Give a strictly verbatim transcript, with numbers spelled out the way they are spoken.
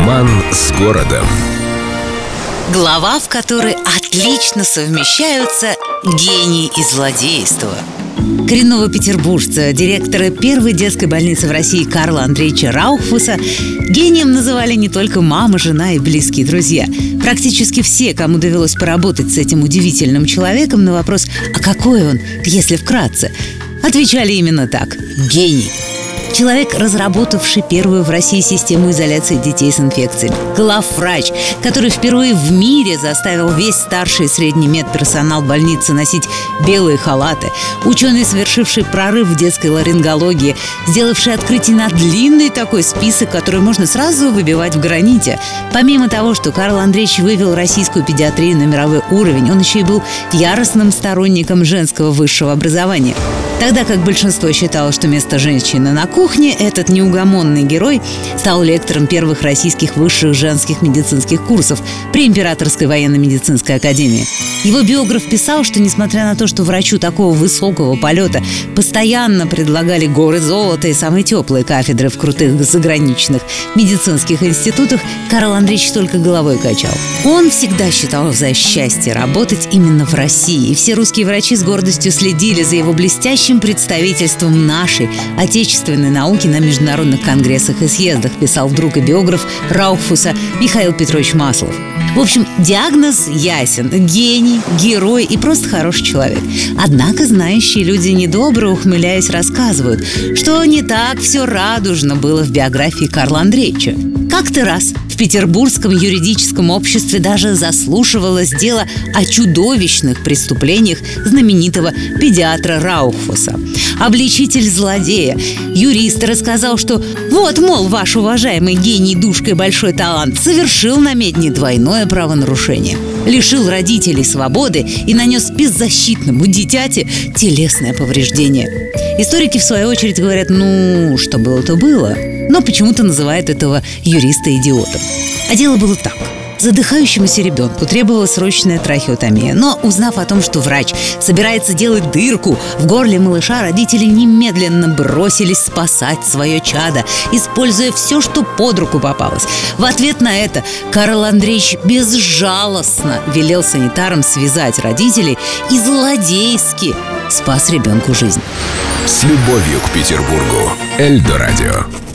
Роман с городом. Глава, в которой отлично совмещаются гений и злодейство. Коренного петербуржца, директора первой детской больницы в России Карла Андреевича Раухфуса, гением называли не только мама, жена и близкие друзья. Практически все, кому довелось поработать с этим удивительным человеком, на вопрос «А какой он?», если вкратце, отвечали именно так – гений. Человек, разработавший первую в России систему изоляции детей с инфекциями. Главврач, который впервые в мире заставил весь старший и средний медперсонал больницы носить белые халаты. Ученый, совершивший прорыв в детской ларингологии, сделавший открытие на длинный такой список, который можно сразу выбивать в граните. Помимо того, что Карл Андреевич вывел российскую педиатрию на мировой уровень, он еще и был яростным сторонником женского высшего образования. Тогда как большинство считало, что место женщины на кухне, этот неугомонный герой стал лектором первых российских высших женских медицинских курсов при Императорской военно-медицинской академии. Его биограф писал, что несмотря на то, что врачу такого высокого полета постоянно предлагали горы золота и самые теплые кафедры в крутых заграничных медицинских институтах, Карл Андреевич только головой качал. Он всегда считал за счастье работать именно в России, и все русские врачи с гордостью следили за его блестящим представительством нашей отечественной науки на международных конгрессах и съездах, писал вдруг и биограф Раухфуса Михаил Петрович Маслов. В общем, диагноз ясен: гений, герой и просто хороший человек. Однако знающие люди, недобро ухмыляясь, рассказывают, что не так все радужно было в биографии Карла Андреевича. Как-то раз в Петербургском юридическом обществе даже заслушивалось дело о чудовищных преступлениях знаменитого педиатра Раухфуса. Обличитель злодея, юрист, рассказал, что вот, мол, ваш уважаемый гений, душка и большой талант совершил на медне двойное правонарушение. Лишил родителей свободы и нанес беззащитному дитяти телесное повреждение. Историки, в свою очередь, говорят, ну, что было, то было. Но почему-то называют этого юриста идиотом. А дело было так. Задыхающемуся ребенку требовалась срочная трахеотомия. Но, узнав о том, что врач собирается делать дырку в горле малыша, родители немедленно бросились спасать свое чадо, используя все, что под руку попалось. В ответ на это Карл Андреевич безжалостно велел санитарам связать родителей и злодейски спас ребенку жизнь. С любовью к Петербургу. Эльдо радио.